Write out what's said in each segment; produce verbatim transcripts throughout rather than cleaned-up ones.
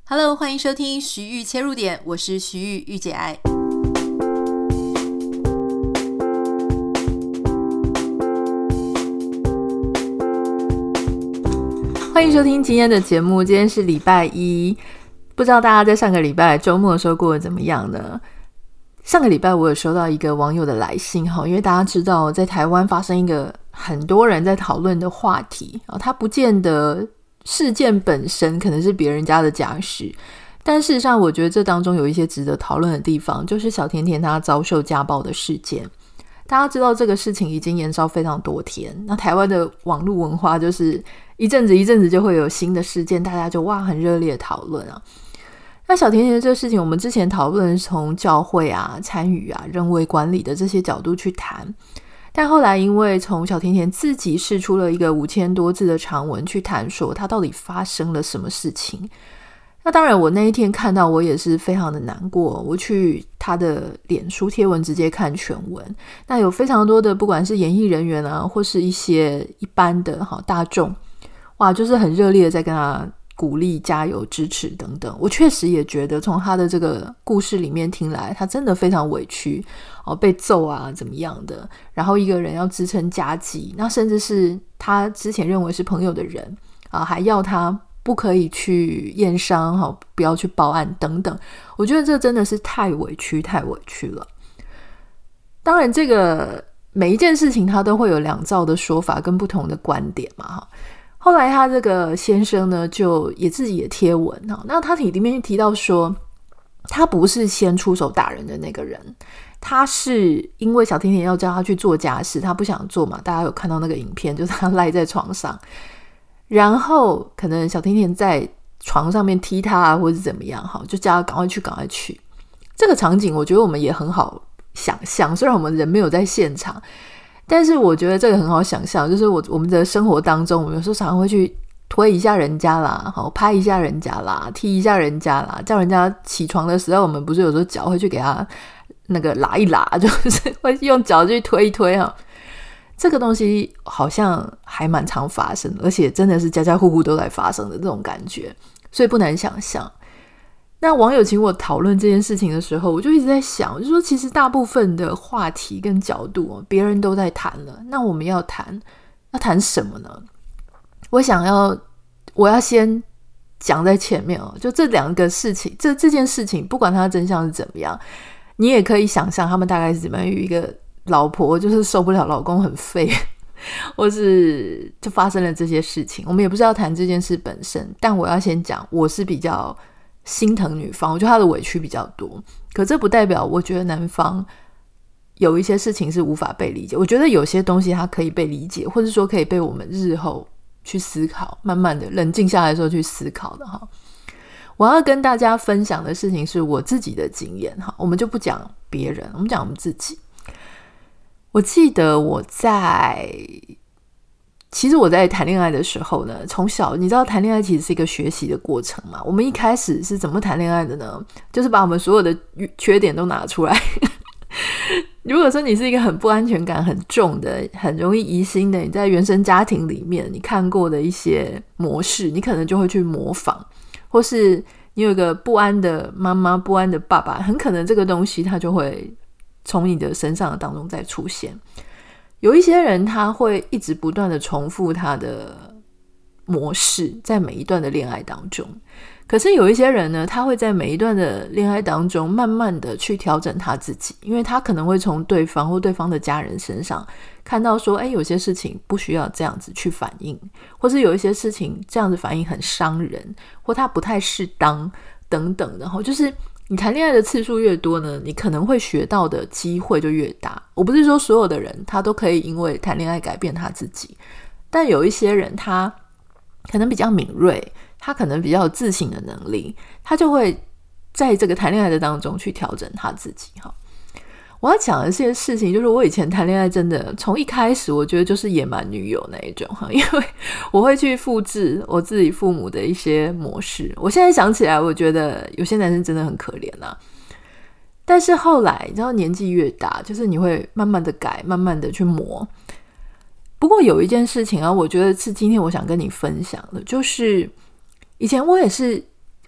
Hello， 欢迎收听徐玉切入点，我是徐玉玉姐爱。欢迎收听今天的节目，今天是礼拜一，不知道大家在上个礼拜周末的时候过得怎么样呢？上个礼拜我有收到一个网友的来信，因为大家知道在台湾发生一个很多人在讨论的话题，它不见得事件本身可能是别人家的家事，但事实上我觉得这当中有一些值得讨论的地方，就是小甜甜她遭受家暴的事件。大家知道这个事情已经延烧非常多天，那台湾的网络文化就是一阵子一阵子就会有新的事件，大家就哇很热烈的讨论啊。那小甜甜的这个事情我们之前讨论是从教会啊、参与啊、人为管理的这些角度去谈，但后来因为从小甜甜自己释出了一个五千多字的长文去谈说他到底发生了什么事情，那当然我那一天看到我也是非常的难过，我去他的脸书贴文直接看全文，那有非常多的不管是演艺人员啊或是一些一般的大众，哇就是很热烈的在跟他鼓励加油支持等等。我确实也觉得从他的这个故事里面听来他真的非常委屈、哦、被揍啊怎么样的，然后一个人要支撑家计，那甚至是他之前认为是朋友的人、啊、还要他不可以去验伤，不要去报案等等。我觉得这真的是太委屈太委屈了。当然这个每一件事情他都会有两造的说法跟不同的观点嘛。后来他这个先生呢就也自己也贴文，那他里面提到说他不是先出手打人的那个人，他是因为小甜甜要叫他去做家事，他不想做嘛，大家有看到那个影片，就是他赖在床上，然后可能小甜甜在床上面踢他啊或者怎么样，就叫他赶快去赶快去。这个场景我觉得我们也很好想象，虽然我们人没有在现场，但是我觉得这个很好想象，就是我我们的生活当中，我们有时候常常会去推一下人家啦，拍一下人家啦，踢一下人家啦，叫人家起床的时候，我们不是有时候脚会去给他那个拉一拉，就是会用脚去推一推哈。这个东西好像还蛮常发生的，而且真的是家家户户都在发生的这种感觉，所以不难想象。那网友请我讨论这件事情的时候，我就一直在想，我就说其实大部分的话题跟角度别人都在谈了，那我们要谈要谈什么呢？我想要我要先讲在前面哦，就这两个事情，这这件事情不管它的真相是怎么样，你也可以想象他们大概是怎么样，有一个老婆就是受不了老公很废或是就发生了这些事情。我们也不是要谈这件事本身，但我要先讲我是比较心疼女方，我觉得她的委屈比较多，可这不代表我觉得男方有一些事情是无法被理解。我觉得有些东西它可以被理解，或者说可以被我们日后去思考，慢慢的冷静下来的时候去思考的哈。我要跟大家分享的事情是我自己的经验哈，我们就不讲别人，我们讲我们自己。我记得我在其实我在谈恋爱的时候呢，从小你知道谈恋爱其实是一个学习的过程嘛。我们一开始是怎么谈恋爱的呢？就是把我们所有的缺点都拿出来如果说你是一个很不安全感很重的，很容易疑心的，你在原生家庭里面你看过的一些模式，你可能就会去模仿，或是你有一个不安的妈妈不安的爸爸，很可能这个东西它就会从你的身上的当中再出现。有一些人他会一直不断的重复他的模式在每一段的恋爱当中，可是有一些人呢，他会在每一段的恋爱当中慢慢的去调整他自己，因为他可能会从对方或对方的家人身上看到说，哎，有些事情不需要这样子去反应，或是有一些事情这样子反应很伤人，或他不太适当等等的，就是你谈恋爱的次数越多呢，你可能会学到的机会就越大。我不是说所有的人他都可以因为谈恋爱改变他自己，但有一些人他可能比较敏锐，他可能比较有自省的能力，他就会在这个谈恋爱的当中去调整他自己。我要讲的这件事情就是我以前谈恋爱真的从一开始我觉得就是野蛮女友那一种，因为我会去复制我自己父母的一些模式。我现在想起来我觉得有些男生真的很可怜啊，但是后来你知道年纪越大，就是你会慢慢的改，慢慢的去磨。不过有一件事情啊，我觉得是今天我想跟你分享的，就是以前我也是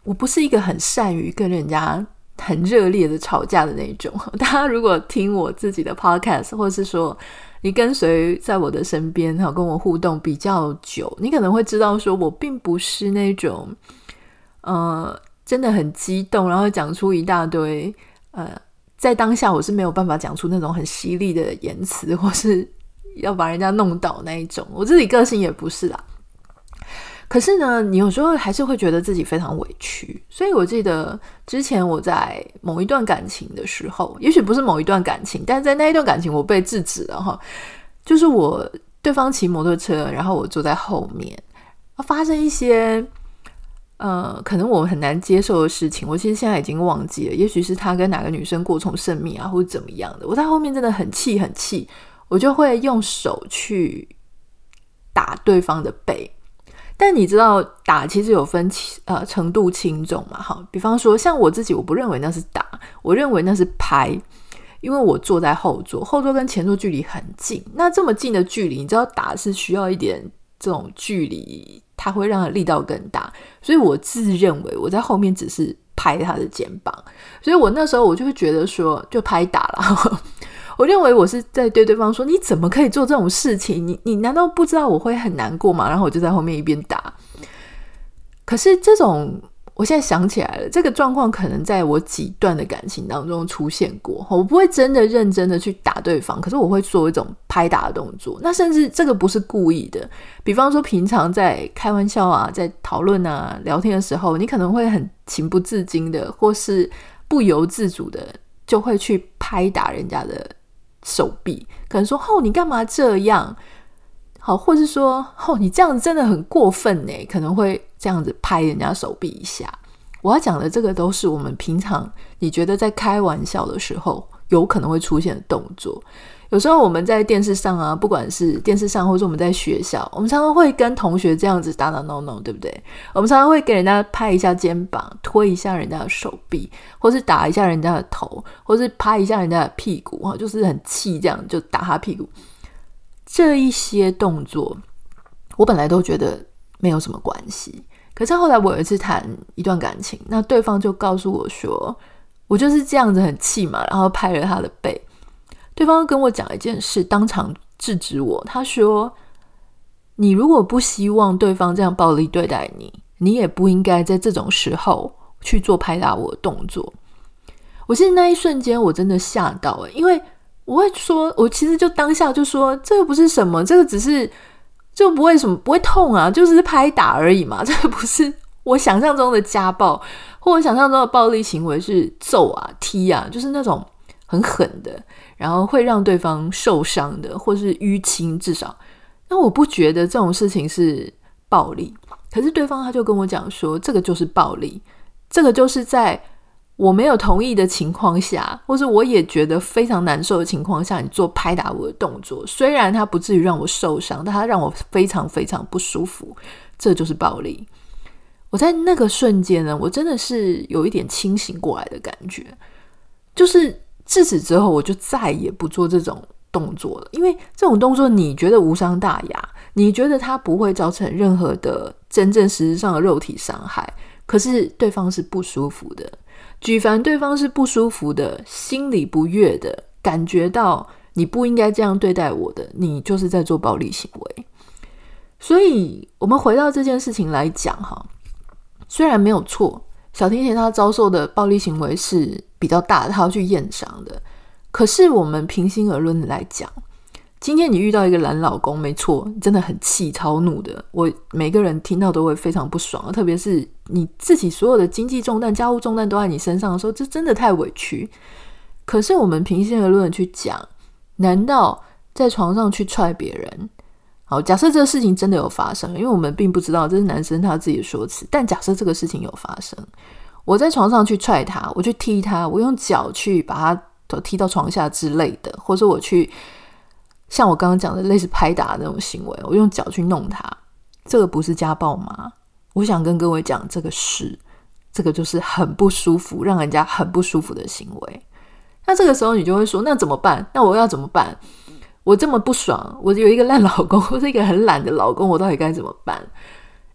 我不是一个很善于跟人家很热烈的吵架的那种。大家如果听我自己的 podcast， 或是说你跟随在我的身边跟我互动比较久，你可能会知道说我并不是那种呃真的很激动，然后讲出一大堆呃在当下我是没有办法讲出那种很犀利的言辞，或是要把人家弄倒那一种，我自己个性也不是啦。可是呢，你有时候还是会觉得自己非常委屈。所以我记得之前我在某一段感情的时候，也许不是某一段感情，但是在那一段感情我被制止了哈。就是我对方骑摩托车，然后我坐在后面，发生一些呃可能我很难接受的事情，我其实现在已经忘记了，也许是他跟哪个女生过从甚密啊，或者怎么样的。我在后面真的很气很气，我就会用手去打对方的背。但你知道打其实有分呃程度轻重嘛，哈，比方说像我自己，我不认为那是打，我认为那是拍，因为我坐在后座，后座跟前座距离很近，那这么近的距离，你知道打是需要一点这种距离，它会让力道更大，所以我自认为我在后面只是拍他的肩膀，所以我那时候我就会觉得说就拍打了。我认为我是在对对方说你怎么可以做这种事情，你你难道不知道我会很难过吗？然后我就在后面一边打。可是这种我现在想起来了，这个状况可能在我几段的感情当中出现过，我不会真的认真的去打对方，可是我会做一种拍打的动作，那甚至这个不是故意的，比方说平常在开玩笑啊，在讨论啊聊天的时候，你可能会很情不自禁的或是不由自主的就会去拍打人家的手臂，可能说哦你干嘛这样，好，或是说哦你这样子真的很过分耶，可能会这样子拍人家手臂一下。我要讲的这个都是我们平常你觉得在开玩笑的时候有可能会出现的动作。有时候我们在电视上啊，不管是电视上或是我们在学校，我们常常会跟同学这样子打打闹闹，对不对？我们常常会给人家拍一下肩膀，推一下人家的手臂，或是打一下人家的头，或是拍一下人家的屁股，就是很气这样就打他屁股。这一些动作我本来都觉得没有什么关系，可是后来我有一次谈一段感情，那对方就告诉我说我就是这样子很气嘛，然后拍了他的背。对方跟我讲一件事，当场制止我，他说你如果不希望对方这样暴力对待你，你也不应该在这种时候去做拍打我的动作。我其实那一瞬间我真的吓到，因为我会说，我其实就当下就说这个不是什么，这个只是就不会什么不会痛啊，就是拍打而已嘛，这个不是我想象中的家暴，或我想象中的暴力行为是揍啊踢啊，就是那种很狠的，然后会让对方受伤的，或是淤青，至少那我不觉得这种事情是暴力。可是对方他就跟我讲说这个就是暴力，这个就是在我没有同意的情况下，或是我也觉得非常难受的情况下，你做拍打我的动作，虽然它不至于让我受伤，但它让我非常非常不舒服，这就是暴力。我在那个瞬间呢，我真的是有一点清醒过来的感觉，就是自此之后我就再也不做这种动作了，因为这种动作你觉得无伤大雅，你觉得它不会造成任何的真正实质上的肉体伤害，可是对方是不舒服的，举凡对方是不舒服的，心里不悦的，感觉到你不应该这样对待我的，你就是在做暴力行为。所以我们回到这件事情来讲哈，虽然没有错，小甜甜她遭受的暴力行为是比较大的，她要去验伤的，可是我们平心而论来讲，今天你遇到一个懒老公，没错，真的很气超怒的，我每个人听到都会非常不爽，特别是你自己所有的经济重担家务重担都在你身上的时候，这真的太委屈。可是我们平心而论去讲，难道在床上去踹别人，好，假设这个事情真的有发生，因为我们并不知道，这是男生他自己的说辞，但假设这个事情有发生，我在床上去踹他，我去踢他，我用脚去把他踢到床下之类的，或者我去像我刚刚讲的类似拍打的那种行为，我用脚去弄他，这个不是家暴吗？我想跟各位讲，这个是这个就是很不舒服，让人家很不舒服的行为。那这个时候你就会说，那怎么办？那我要怎么办？我这么不爽，我有一个烂老公，或是一个很懒的老公，我到底该怎么办？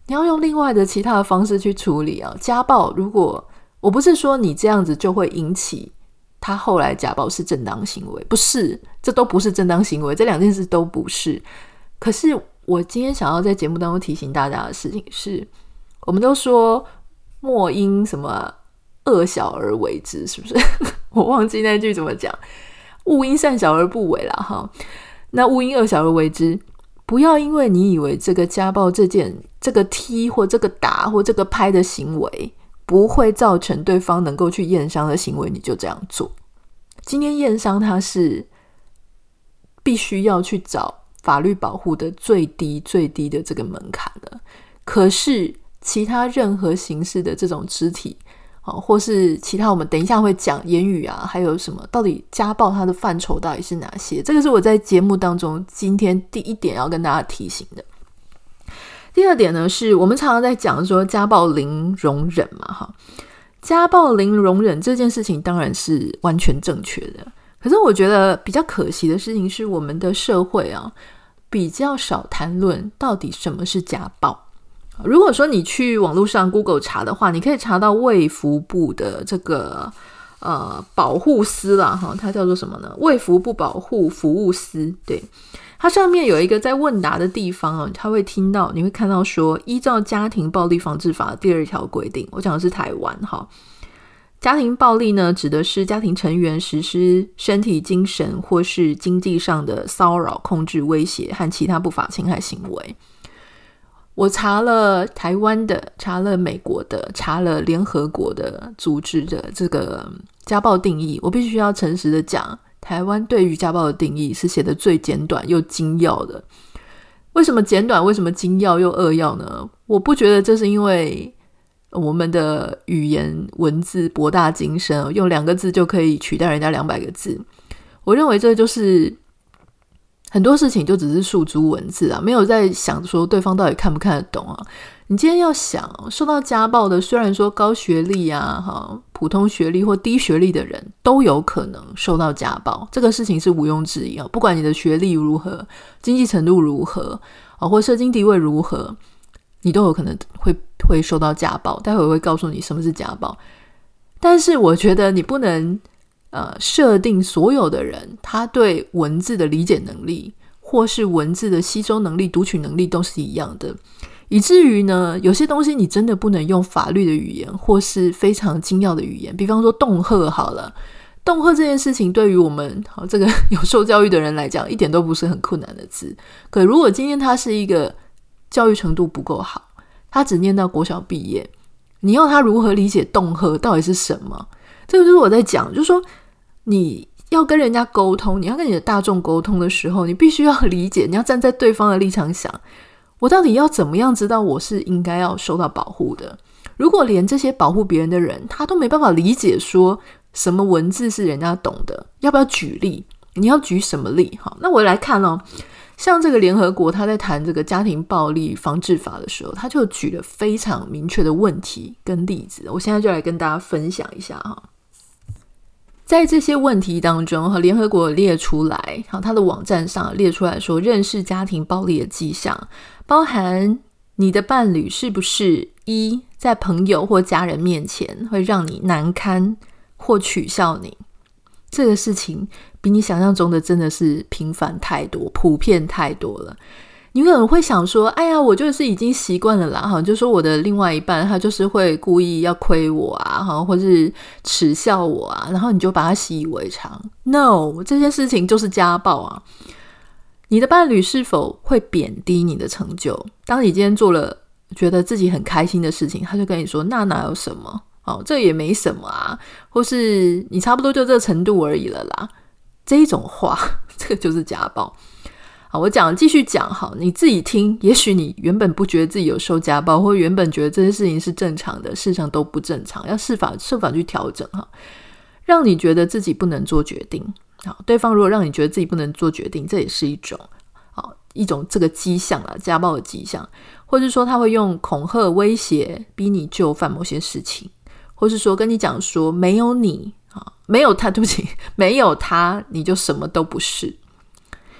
你要用另外的其他的方式去处理啊。家暴，如果我不是说你这样子就会引起他后来家暴是正当行为，不是，这都不是正当行为，这两件事都不是。可是我今天想要在节目当中提醒大家的事情是，我们都说莫因什么恶小而为之，是不是？我忘记那句怎么讲，勿因善小而不为啦哈。那勿因恶小而为之，不要因为你以为这个家暴这件这个踢或这个打或这个拍的行为不会造成对方能够去验伤的行为，你就这样做。今天验伤它是必须要去找法律保护的最低最低的这个门槛了，可是其他任何形式的这种肢体、哦、或是其他我们等一下会讲言语啊，还有什么到底家暴它的范畴到底是哪些，这个是我在节目当中今天第一点要跟大家提醒的。第二点呢，是我们常常在讲说家暴零容忍嘛哈，家暴零容忍这件事情当然是完全正确的，可是我觉得比较可惜的事情是我们的社会啊比较少谈论到底什么是家暴。如果说你去网络上 Google 查的话，你可以查到卫福部的这个呃保护司啦哈，它叫做什么呢？卫福部保护服务司，对。它上面有一个在问答的地方哦，他会听到你会看到说，依照家庭暴力防治法第二条规定，我讲的是台湾哈。家庭暴力呢，指的是家庭成员实施身体、精神或是经济上的骚扰、控制、威胁和其他不法侵害行为。我查了台湾的，查了美国的，查了联合国的组织的这个家暴定义，我必须要诚实的讲，台湾对于家暴的定义是写的最简短又精要的。为什么简短？为什么精要又扼要呢？我不觉得这是因为我们的语言文字博大精深，用两个字就可以取代人家两百个字。我认为这就是很多事情就只是诉诸文字啊，没有在想说对方到底看不看得懂啊。你今天要想受到家暴的，虽然说高学历啊、普通学历或低学历的人都有可能受到家暴，这个事情是毋庸置疑啊。不管你的学历如何，经济程度如何，或社经地位如何，你都有可能会会受到家暴。待会我会告诉你什么是家暴。但是我觉得你不能呃设定所有的人他对文字的理解能力或是文字的吸收能力、读取能力都是一样的，以至于呢有些东西你真的不能用法律的语言或是非常精要的语言。比方说恫吓好了，恫吓这件事情对于我们好这个有受教育的人来讲一点都不是很困难的字，可如果今天他是一个教育程度不够好，他只念到国小毕业，你要他如何理解恫吓到底是什么？这个就是我在讲，就是说你要跟人家沟通，你要跟你的大众沟通的时候，你必须要理解，你要站在对方的立场想，我到底要怎么样知道我是应该要受到保护的。如果连这些保护别人的人他都没办法理解说什么文字是人家懂的，要不要举例？你要举什么例？好，那我来看哦，像这个联合国他在谈这个家庭暴力防治法的时候，他就举了非常明确的问题跟例子，我现在就来跟大家分享一下哈。在这些问题当中，联合国列出来，他的网站上列出来说，认识家庭暴力的迹象包含你的伴侣是不是一在朋友或家人面前会让你难堪或取笑你，这个事情比你想象中的真的是频繁太多，普遍太多了。你可能会想说，哎呀，我就是已经习惯了啦，就说我的另外一半他就是会故意要亏我啊，或是耻笑我啊，然后你就把它习以为常。 No， 这件事情就是家暴啊。你的伴侣是否会贬低你的成就？当你今天做了觉得自己很开心的事情，他就跟你说那哪有什么哦，这也没什么啊，或是你差不多就这程度而已了啦，这一种话这个就是家暴。好，我讲继续讲好，你自己听，也许你原本不觉得自己有受家暴，或原本觉得这些事情是正常的，事实上都不正常，要设法设法去调整哈，让你觉得自己不能做决定。好，对方如果让你觉得自己不能做决定，这也是一种好一种这个迹象啦，家暴的迹象，或是说他会用恐吓、威胁逼你就范某些事情，或是说跟你讲说没有你没有他，对不起，没有他你就什么都不是，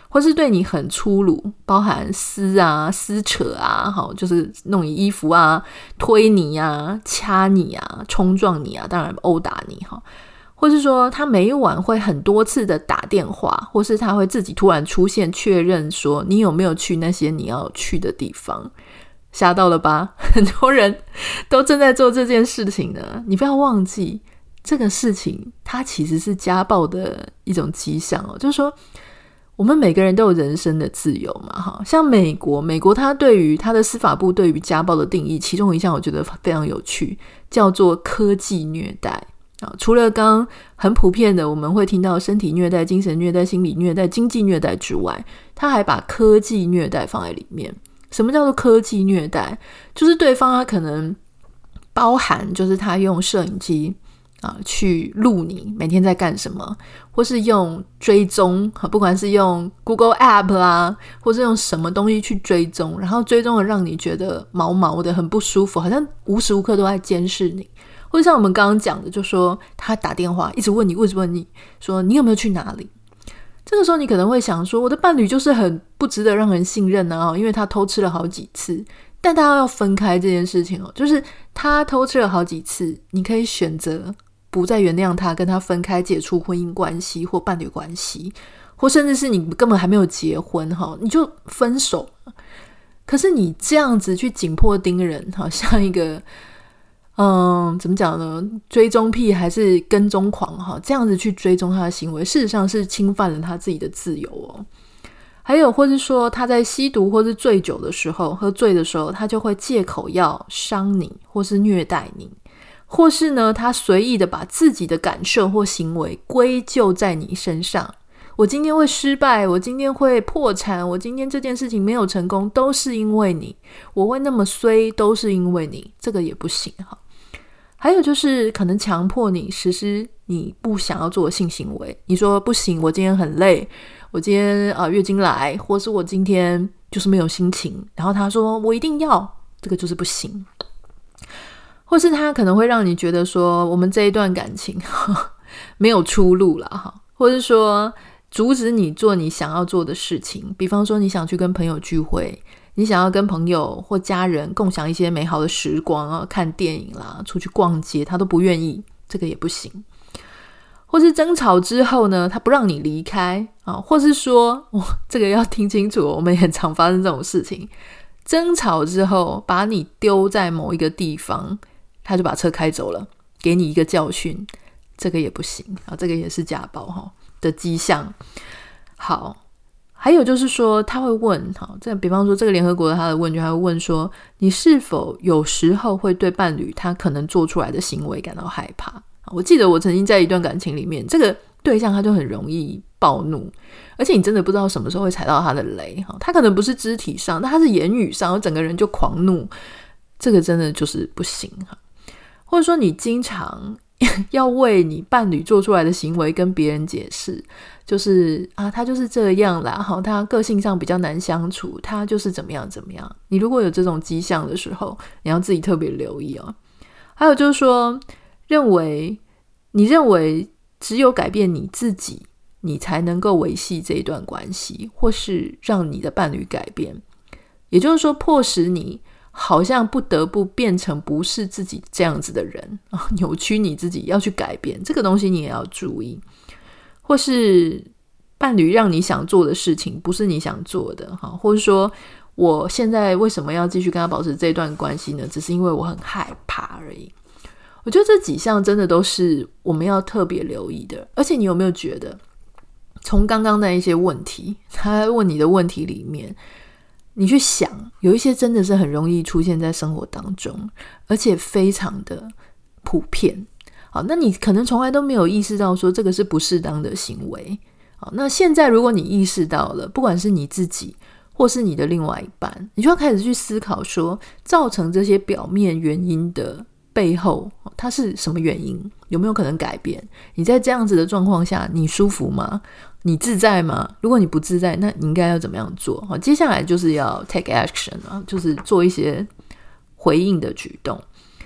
或是对你很粗鲁，包含撕啊、撕扯啊，好，就是弄你衣服啊、推你啊、掐你啊、冲撞你啊，当然殴打你哈。或是说他每一晚会很多次的打电话，或是他会自己突然出现确认说你有没有去那些你要去的地方。吓到了吧？很多人都正在做这件事情呢。你不要忘记这个事情它其实是家暴的一种迹象哦，就是说我们每个人都有人身的自由嘛，哈。像美国美国它对于它的司法部对于家暴的定义，其中一项我觉得非常有趣，叫做科技虐待。除了刚刚很普遍的我们会听到身体虐待、精神虐待、心理虐待、经济虐待之外，他还把科技虐待放在里面。什么叫做科技虐待？就是对方他可能包含就是他用摄影机啊去录你每天在干什么，或是用追踪，不管是用 Google App 啊，或是用什么东西去追踪，然后追踪的让你觉得毛毛的很不舒服，好像无时无刻都在监视你。或者像我们刚刚讲的，就说他打电话一直问你一直问你说你有没有去哪里。这个时候你可能会想说我的伴侣就是很不值得让人信任啊，因为他偷吃了好几次。但大家要分开这件事情哦，就是他偷吃了好几次，你可以选择不再原谅他，跟他分开，解除婚姻关系或伴侣关系，或甚至是你根本还没有结婚，你就分手。可是你这样子去紧迫盯人，好像一个嗯，怎么讲呢？追踪癖还是跟踪狂哈？这样子去追踪他的行为，事实上是侵犯了他自己的自由哦。还有，或是说他在吸毒或是醉酒的时候，喝醉的时候，他就会借口要伤你，或是虐待你，或是呢，他随意的把自己的感受或行为归咎在你身上。我今天会失败，我今天会破产，我今天这件事情没有成功，都是因为你。我会那么衰，都是因为你。这个也不行哈。还有就是可能强迫你实施你不想要做的性行为，你说不行，我今天很累，我今天、呃、月经来，或是我今天就是没有心情，然后他说我一定要，这个就是不行。或是他可能会让你觉得说我们这一段感情呵呵没有出路啦，或是说阻止你做你想要做的事情，比方说你想去跟朋友聚会，你想要跟朋友或家人共享一些美好的时光啊，看电影啦，出去逛街，他都不愿意，这个也不行。或是争吵之后呢，他不让你离开啊，或是说、哦、这个要听清楚，我们也很常发生这种事情。争吵之后把你丢在某一个地方，他就把车开走了，给你一个教训，这个也不行啊，这个也是家暴哈的迹象。好，还有就是说他会问，好，这比方说这个联合国的他的问卷，他会问说你是否有时候会对伴侣他可能做出来的行为感到害怕。我记得我曾经在一段感情里面，这个对象他就很容易暴怒，而且你真的不知道什么时候会踩到他的雷，他可能不是肢体上，但他是言语上，整个人就狂怒，这个真的就是不行。或者说你经常要为你伴侣做出来的行为跟别人解释，就是啊，他就是这样啦，好，他个性上比较难相处，他就是怎么样怎么样。你如果有这种迹象的时候，你要自己特别留意哦。还有就是说，认为你认为只有改变你自己，你才能够维系这一段关系，或是让你的伴侣改变，也就是说迫使你好像不得不变成不是自己这样子的人，扭曲你自己要去改变，这个东西你也要注意。或是伴侣让你想做的事情不是你想做的，或者说我现在为什么要继续跟他保持这段关系呢？只是因为我很害怕而已。我觉得这几项真的都是我们要特别留意的。而且你有没有觉得从刚刚那一些问题，他问你的问题里面，你去想有一些真的是很容易出现在生活当中，而且非常的普遍。好，那你可能从来都没有意识到说这个是不适当的行为。好，那现在如果你意识到了，不管是你自己或是你的另外一半，你就要开始去思考说造成这些表面原因的背后它是什么原因，有没有可能改变。你在这样子的状况下你舒服吗？你自在吗？如果你不自在，那你应该要怎么样做？接下来就是要 take action， 就是做一些回应的举动。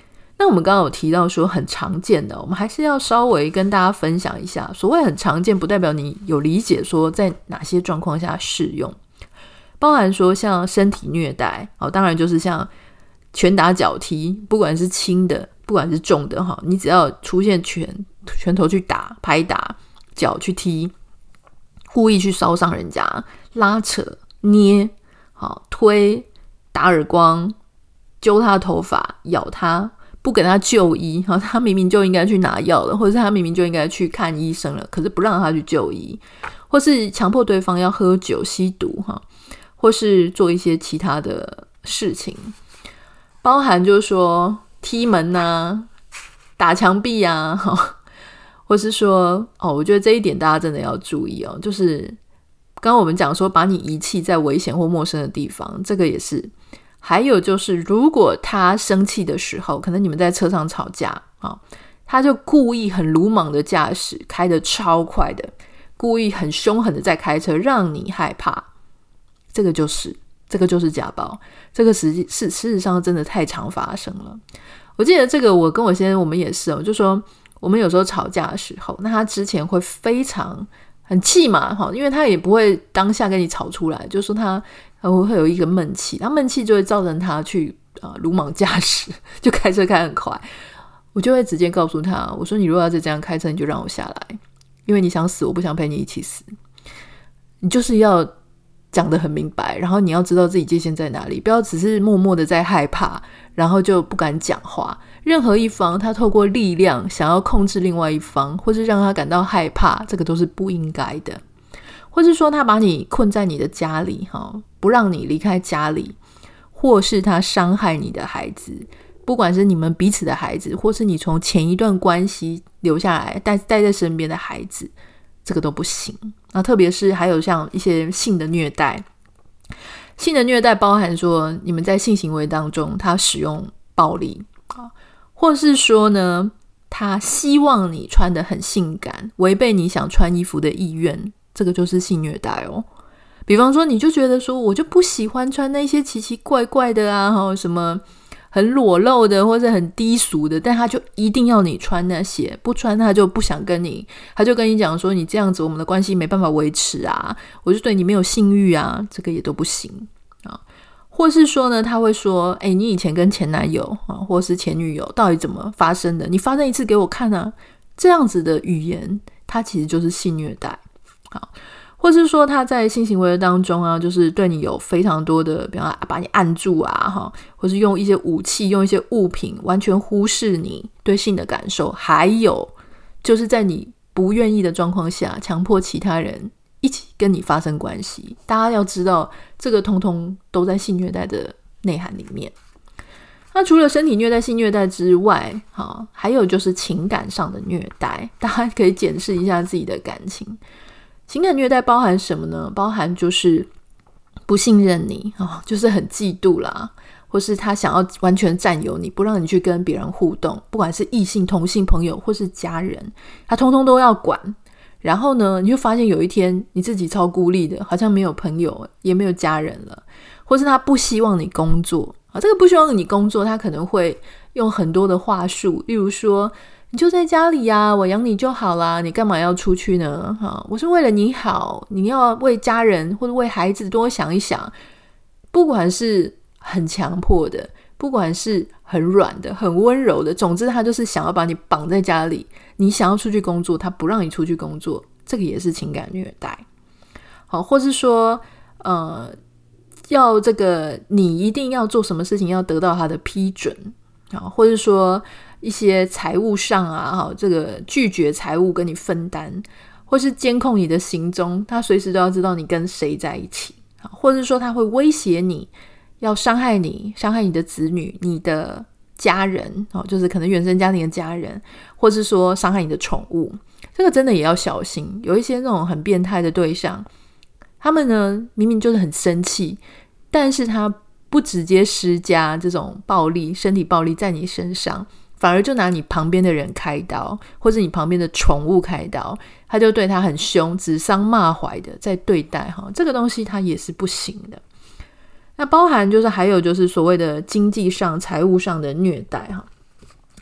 那我们刚刚有提到说很常见的，我们还是要稍微跟大家分享一下，所谓很常见不代表你有理解说在哪些状况下适用，包含说像身体虐待、哦、当然就是像拳打脚踢，不管是轻的不管是重的，你只要出现拳拳头去打拍打，脚去踢，故意去烧伤人家，拉扯捏好推打耳光，揪他的头发，咬他，不给他就医，他明明就应该去拿药了，或者是他明明就应该去看医生了，可是不让他去就医，或是强迫对方要喝酒吸毒，或是做一些其他的事情，包含就是说踢门啊，打墙壁啊，或是说哦，我觉得这一点大家真的要注意哦，就是刚刚我们讲说把你遗弃在危险或陌生的地方，这个也是。还有就是如果他生气的时候，可能你们在车上吵架、哦、他就故意很鲁莽的驾驶，开得超快的，故意很凶狠的在开车，让你害怕，这个就是这个就是家暴，这个实际是事实上真的太常发生了。我记得这个我跟我先生我们也是哦，就说我们有时候吵架的时候，那他之前会非常很气嘛，因为他也不会当下跟你吵出来，就说他会有一个闷气，他闷气就会造成他去、呃、鲁莽驾驶，就开车开很快。我就会直接告诉他，我说你如果要再这样开车，你就让我下来，因为你想死，我不想陪你一起死。你就是要讲得很明白，然后你要知道自己界限在哪里，不要只是默默的在害怕，然后就不敢讲话。任何一方他透过力量想要控制另外一方，或是让他感到害怕，这个都是不应该的。或是说他把你困在你的家里，不让你离开家里，或是他伤害你的孩子，不管是你们彼此的孩子，或是你从前一段关系留下来 带, 带在身边的孩子，这个都不行。那特别是还有像一些性的虐待，性的虐待包含说你们在性行为当中他使用暴力，或是说呢他希望你穿得很性感，违背你想穿衣服的意愿，这个就是性虐待哦。比方说你就觉得说我就不喜欢穿那些奇奇怪怪的啊，什么很裸露的或者很低俗的，但他就一定要你穿那些，不穿他就不想跟你，他就跟你讲说你这样子我们的关系没办法维持啊，我就对你没有性欲啊，这个也都不行啊。或是说呢他会说哎、欸，你以前跟前男友啊，或是前女友到底怎么发生的，你发生一次给我看啊，这样子的语言它其实就是性虐待。好，或是说他在性行为当中啊，就是对你有非常多的，比方把你按住啊，或是用一些武器用一些物品完全忽视你对性的感受，还有就是在你不愿意的状况下强迫其他人一起跟你发生关系。大家要知道这个通通都在性虐待的内涵里面。那除了身体虐待性虐待之外，还有就是情感上的虐待，大家可以检视一下自己的感情。情感虐待包含什么呢？包含就是不信任你、哦、就是很嫉妒啦，或是他想要完全占有你，不让你去跟别人互动，不管是异性同性朋友或是家人，他通通都要管。然后呢你就发现有一天你自己超孤立的，好像没有朋友也没有家人了。或是他不希望你工作、啊、这个不希望你工作他可能会用很多的话术，例如说你就在家里啊，我养你就好啦，你干嘛要出去呢、啊、我是为了你好，你要为家人或者为孩子多想一想。不管是很强迫的，不管是很软的很温柔的，总之他就是想要把你绑在家里，你想要出去工作他不让你出去工作，这个也是情感虐待。好，或是说呃，要这个你一定要做什么事情要得到他的批准，或者说一些财务上啊，这个拒绝财务跟你分担，或是监控你的行踪，他随时都要知道你跟谁在一起，或者说他会威胁你要伤害你，伤害你的子女，你的家人，就是可能原生家庭的家人，或是说伤害你的宠物，这个真的也要小心。有一些那种很变态的对象，他们呢明明就是很生气，但是他不直接施加这种暴力，身体暴力在你身上，反而就拿你旁边的人开刀，或者你旁边的宠物开刀，他就对他很凶，指桑骂槐的在对待，这个东西他也是不行的。那包含就是还有就是所谓的经济上财务上的虐待，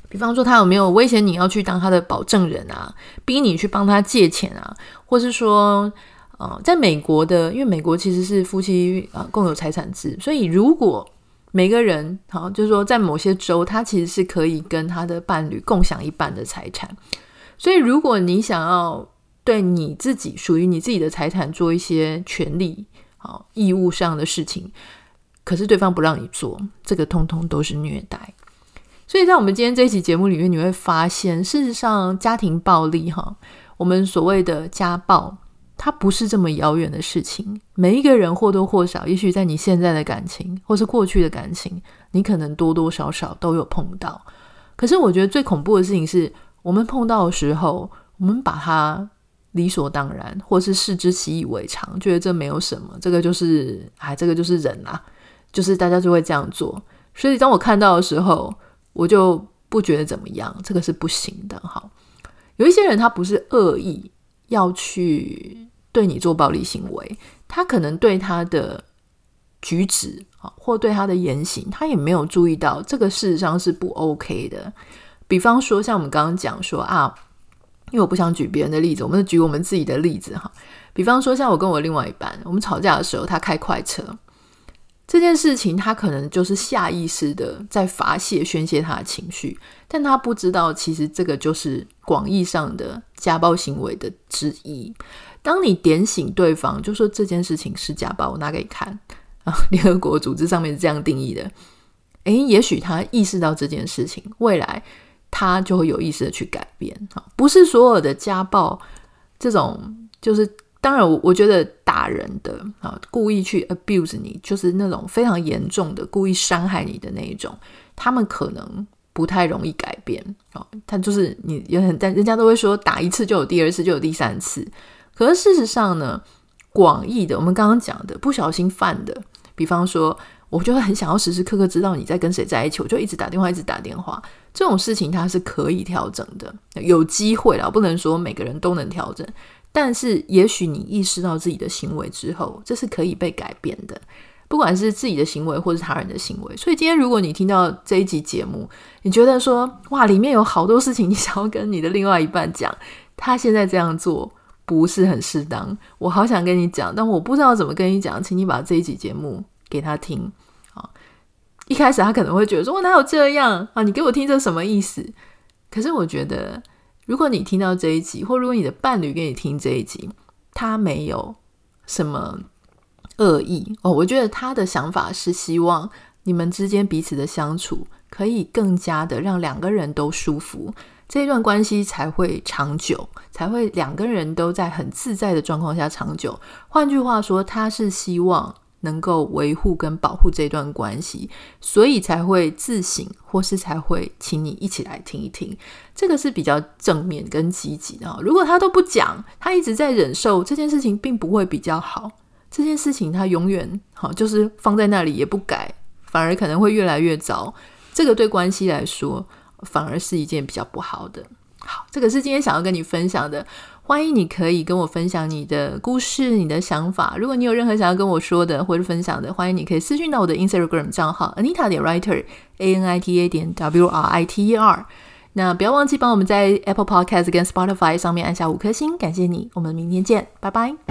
比方说他有没有威胁你要去当他的保证人啊，逼你去帮他借钱啊，或是说呃，在美国的，因为美国其实是夫妻、呃、共有财产制，所以如果每个人好，就是说在某些州他其实是可以跟他的伴侣共享一半的财产，所以如果你想要对你自己属于你自己的财产做一些权利好义务上的事情，可是对方不让你做，这个通通都是虐待。所以在我们今天这一期节目里面，你会发现事实上家庭暴力哈，我们所谓的家暴，它不是这么遥远的事情。每一个人或多或少，也许在你现在的感情或是过去的感情，你可能多多少少都有碰到。可是我觉得最恐怖的事情是，我们碰到的时候，我们把它理所当然，或是视之习以为常，觉得这没有什么，这个就是哎，这个就是人啊，就是大家就会这样做。所以当我看到的时候，我就不觉得怎么样，这个是不行的。好，有一些人他不是恶意要去对你做暴力行为，他可能对他的举止或对他的言行，他也没有注意到这个事实上是不 OK 的。比方说像我们刚刚讲说啊，因为我不想举别人的例子，我们就举我们自己的例子哈。比方说像我跟我另外一半，我们吵架的时候他开快车，这件事情他可能就是下意识的在发泄宣泄他的情绪，但他不知道其实这个就是广义上的家暴行为的之一。当你点醒对方就说这件事情是家暴，我拿给你看啊，联合国组织上面是这样定义的，诶，也许他意识到这件事情，未来他就会有意识的去改变。不是所有的家暴这种，就是当然 我, 我觉得打人的故意去 abuse 你，就是那种非常严重的故意伤害你的那一种，他们可能不太容易改变。他就是你有很，人家都会说打一次就有第二次就有第三次，可是事实上呢，广义的我们刚刚讲的不小心犯的，比方说我就会很想要时时刻刻知道你在跟谁在一起，我就一直打电话一直打电话，这种事情它是可以调整的，有机会啦，不能说每个人都能调整，但是也许你意识到自己的行为之后，这是可以被改变的，不管是自己的行为或是他人的行为。所以今天如果你听到这一集节目，你觉得说哇，里面有好多事情你想要跟你的另外一半讲，他现在这样做不是很适当，我好想跟你讲，但我不知道怎么跟你讲，请你把这一集节目给他听。一开始他可能会觉得说我哪有这样啊，你给我听这什么意思？可是我觉得如果你听到这一集，或如果你的伴侣给你听这一集，他没有什么恶意哦，我觉得他的想法是希望你们之间彼此的相处可以更加的让两个人都舒服，这一段关系才会长久，才会两个人都在很自在的状况下长久。换句话说，他是希望能够维护跟保护这段关系，所以才会自省，或是才会请你一起来听一听，这个是比较正面跟积极的。如果他都不讲，他一直在忍受，这件事情并不会比较好，这件事情他永远就是放在那里也不改，反而可能会越来越糟，这个对关系来说反而是一件比较不好的。好，这个是今天想要跟你分享的，欢迎你可以跟我分享你的故事你的想法，如果你有任何想要跟我说的或者分享的，欢迎你可以私讯到我的 Instagram 账号 Anita 点 Writer A N I T A 点 W R I T E R。 那不要忘记帮我们在 Apple Podcast 跟 Spotify 上面按下五颗星，感谢你，我们明天见，拜拜。